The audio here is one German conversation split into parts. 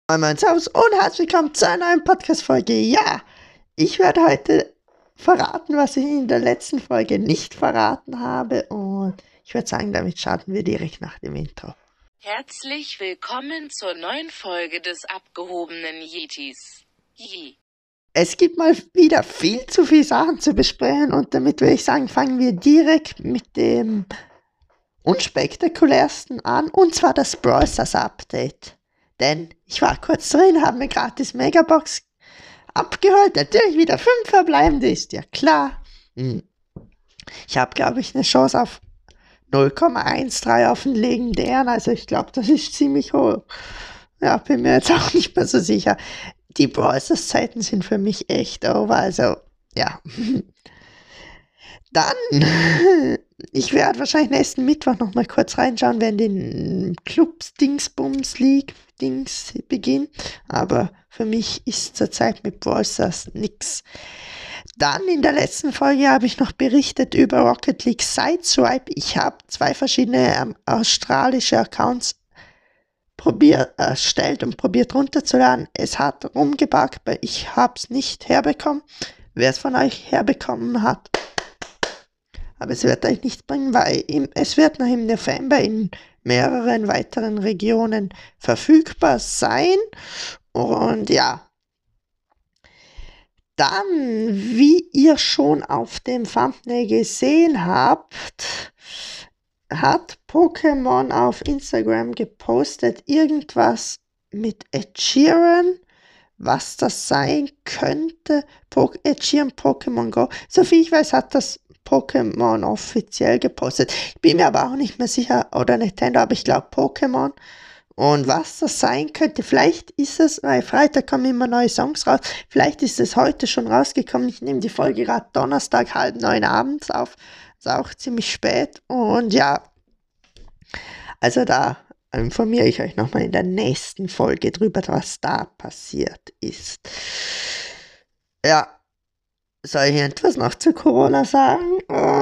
Moin Moin Servus und herzlich willkommen zu einer neuen Podcast-Folge. Ja, ich werde heute verraten, was ich in der letzten Folge nicht verraten habe, und ich würde sagen, damit starten wir direkt nach dem Intro. Herzlich willkommen zur neuen Folge des abgehobenen Yetis. Es gibt mal wieder viel zu viele Sachen zu besprechen, und damit würde ich sagen, fangen wir direkt mit dem unspektakulärsten an, und zwar das Brawl Stars Update. Denn ich war kurz drin, habe mir gratis Megabox abgeholt, natürlich wieder 5 verbleibende, ist ja klar. Ich habe, glaube ich, eine Chance auf 0,13 auf den legendären, also ich glaube, das ist ziemlich hoch. Ja, bin mir jetzt auch nicht mehr so sicher. Die Brawl Stars Zeiten sind für mich echt over, also ja. Dann, ich werde wahrscheinlich nächsten Mittwoch noch mal kurz reinschauen, wenn den Clubs Dingsbums League Dings beginnt. Aber für mich ist zurzeit mit Brawl Stars nix. Dann in der letzten Folge habe ich noch berichtet über Rocket League Sideswipe. Ich habe 2 verschiedene australische Accounts erstellt und probiert runterzuladen. Es hat rumgebackt, aber ich habe es nicht herbekommen. Wer es von euch herbekommen hat, aber es wird euch nichts bringen, weil es wird noch im November in mehreren weiteren Regionen verfügbar sein. Und ja, dann, wie ihr schon auf dem Thumbnail gesehen habt, hat Pokémon auf Instagram gepostet irgendwas mit Ed Sheeran. Was das sein könnte, Ed Sheeran Pokémon Go. Soviel ich weiß, hat das Pokémon offiziell gepostet. Ich bin mir aber auch nicht mehr sicher, oder Nintendo, aber ich glaube Pokémon. Und was das sein könnte, vielleicht ist es, weil Freitag kommen immer neue Songs raus, vielleicht ist es heute schon rausgekommen. Ich nehme die Folge gerade Donnerstag 8:30 abends auf. Ist auch ziemlich spät. Und ja, also da informiere ich euch nochmal in der nächsten Folge drüber, was da passiert ist. Ja, soll ich etwas noch zu Corona sagen?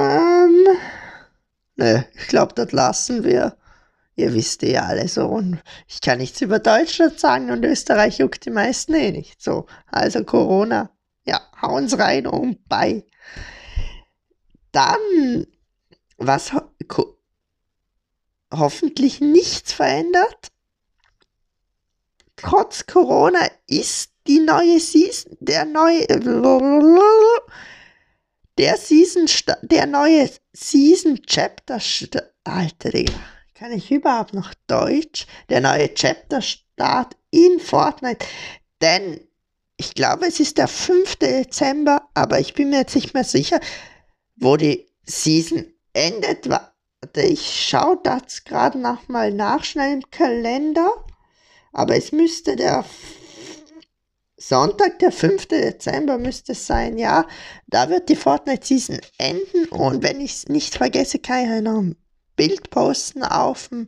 Ne, ich glaube, das lassen wir. Ihr wisst eh alle so. Und ich kann nichts über Deutschland sagen, und Österreich juckt die meisten eh nicht so. Also Corona, ja, hauen's rein und bei. Dann, was hoffentlich nichts verändert. Trotz Corona ist die neue Season, der neue Season Chapter, Alter Digga, kann ich überhaupt noch Deutsch? Der neue Chapter Start in Fortnite, denn ich glaube, es ist der 5. Dezember, aber ich bin mir jetzt nicht mehr sicher, wo die Season endet. Warte, ich schaue das gerade mal nach, schnell im Kalender. Aber es müsste der Sonntag, der 5. Dezember müsste es sein, ja. Da wird die Fortnite-Season enden, und wenn ich es nicht vergesse, kann ich noch ein Bild posten auf dem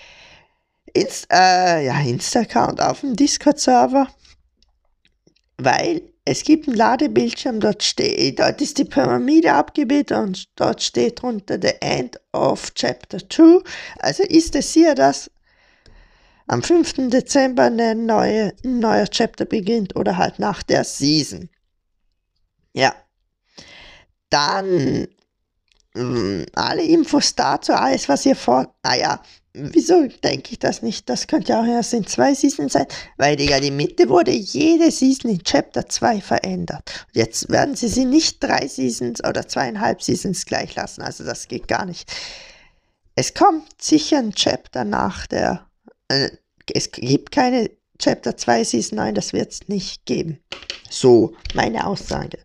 Insta-Account, auf dem Discord-Server, weil es gibt einen Ladebildschirm, dort ist die Pyramide abgebildet, und dort steht drunter The End of Chapter 2. Also ist es hier, dass am 5. Dezember ein neuer Chapter beginnt, oder halt nach der Season. Ja. Dann alle Infos dazu, alles was ihr wieso denke ich das nicht? Das könnte ja auch erst in 2 Seasons sein, weil, Digga, die Mitte wurde jede Season in Chapter 2 verändert. Und jetzt werden sie nicht 3 Seasons oder 2,5 Seasons gleich lassen, also das geht gar nicht. Es kommt sicher ein Chapter nach der, es gibt keine Chapter 2 Season 9, das wird es nicht geben. So, meine Aussage.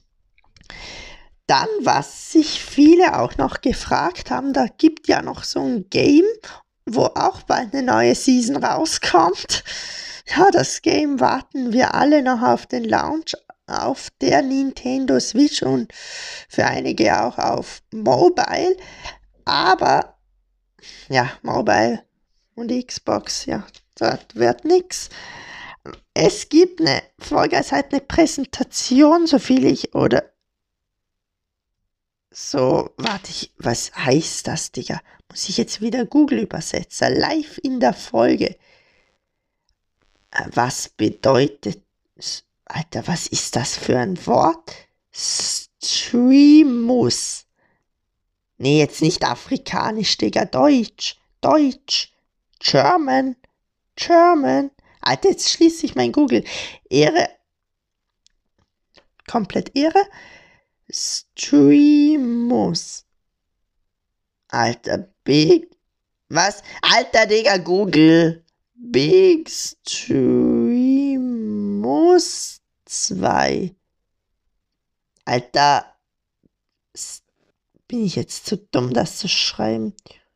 Dann, was sich viele auch noch gefragt haben, da gibt ja noch so ein Game, wo auch bald eine neue Season rauskommt. Ja, das Game warten wir alle noch auf den Launch auf der Nintendo Switch und für einige auch auf Mobile. Aber, ja, Mobile und Xbox, ja, das wird nix. Es gibt eine Präsentation, was heißt das, Digga? Muss ich jetzt wieder Google übersetzen? Live in der Folge. Was bedeutet, Alter, was ist das für ein Wort? Streamus. Nee, jetzt nicht afrikanisch, Digga, Deutsch. German. Alter, jetzt schließe ich mein Google. Ehre. Komplett Ehre. Streamus. Alter, was? Alter, Digga, Google. Big Streamus 2. Alter, bin ich jetzt zu dumm, das zu schreiben?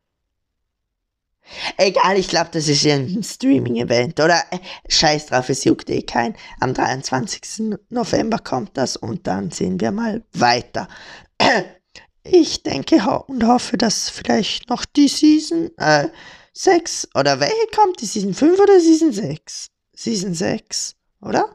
Egal, ich glaube, das ist ein Streaming-Event, oder? Scheiß drauf, es juckt eh kein. Am 23. November kommt das und dann sehen wir mal weiter. Ich denke und hoffe, dass vielleicht noch die Season 6, oder welche kommt? Die Season 5 oder Season 6? Season 6, oder?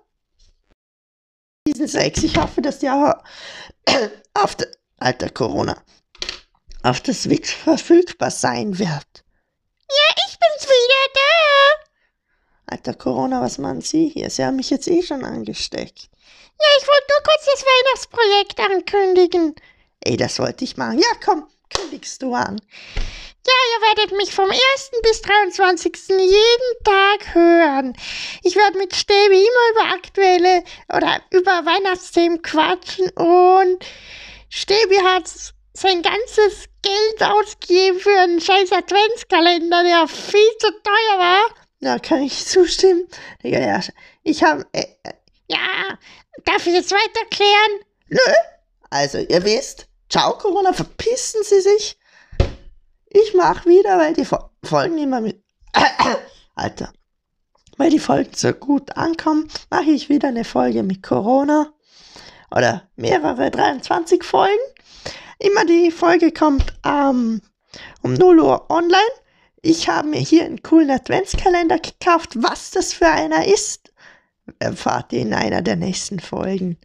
Season 6, ich hoffe, dass die auch auf der, alter Corona, auf der Switch verfügbar sein wird. Ja, ich bin's wieder da. Alter Corona, was machen Sie hier? Sie haben mich jetzt eh schon angesteckt. Ja, ich wollte nur kurz das Weihnachtsprojekt ankündigen. Ey, das wollte ich machen. Ja, komm, kündigst du an. Ja, ihr werdet mich vom 1. bis 23. jeden Tag hören. Ich werde mit Stäbi immer über aktuelle oder über Weihnachtsthemen quatschen und Stäbi hat sein ganzes Geld ausgegeben für einen scheiß Adventskalender, der viel zu teuer war. Ja, kann ich zustimmen? Digga, ja, ich habe... Ja, darf ich jetzt weiter erklären? Nö. Also, ihr wisst, ciao Corona, verpissen Sie sich. Ich mache wieder, weil die Folgen immer mit... Alter. Weil die Folgen so gut ankommen, mache ich wieder eine Folge mit Corona. Oder mehrere, 23 Folgen. Immer die Folge kommt um 0 Uhr online. Ich habe mir hier einen coolen Adventskalender gekauft. Was das für einer ist, erfahrt ihr in einer der nächsten Folgen.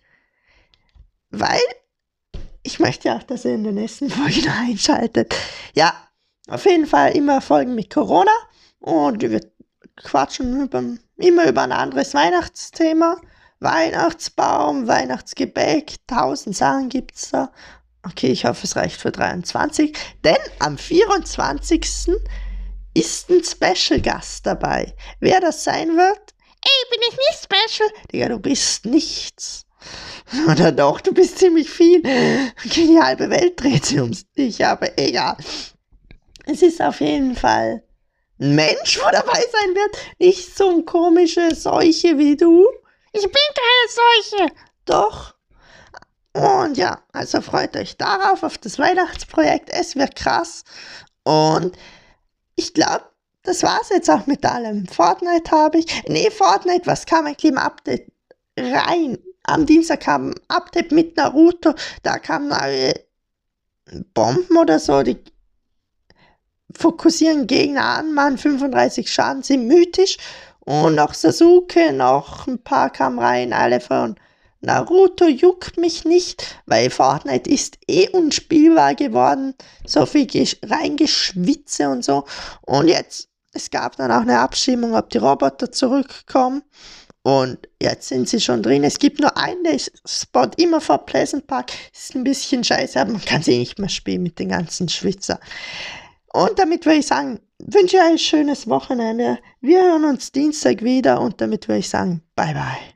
Weil ich möchte ja auch, dass ihr in der nächsten Folge einschaltet. Ja, auf jeden Fall immer Folgen mit Corona. Und wir quatschen immer über ein anderes Weihnachtsthema. Weihnachtsbaum, Weihnachtsgebäck, 1000 Sachen gibt's da. Okay, ich hoffe, es reicht für 23. Denn am 24. ist ein Special-Gast dabei. Wer das sein wird? Ey, bin ich nicht special? Digga, du bist nichts. Oder doch, du bist ziemlich viel. Okay, die halbe Welt dreht sich um dich, aber egal. Es ist auf jeden Fall ein Mensch, wo dabei sein wird. Nicht so eine komische Seuche wie du. Ich bin keine Seuche. Doch. Und ja, also freut euch darauf, auf das Weihnachtsprojekt. Es wird krass. Und ich glaube, das war's jetzt auch mit allem. Fortnite habe ich. Nee, Fortnite, was kam eigentlich im Update rein? Am Dienstag kam ein Update mit Naruto. Da kamen neue Bomben oder so, die fokussieren Gegner an, machen 35 Schaden, sind mythisch. Und noch Sasuke, noch ein paar kamen rein, alle von Naruto juckt mich nicht, weil Fortnite ist eh unspielbar geworden. So viel reingeschwitze und so. Und jetzt, es gab dann auch eine Abstimmung, ob die Roboter zurückkommen. Und jetzt sind sie schon drin. Es gibt nur einen, der Spot immer vor Pleasant Park. Ist ein bisschen scheiße, aber man kann sie nicht mehr spielen mit den ganzen Schwitzer. Und damit würde ich sagen, wünsche ich euch ein schönes Wochenende. Wir hören uns Dienstag wieder und damit würde ich sagen, bye bye.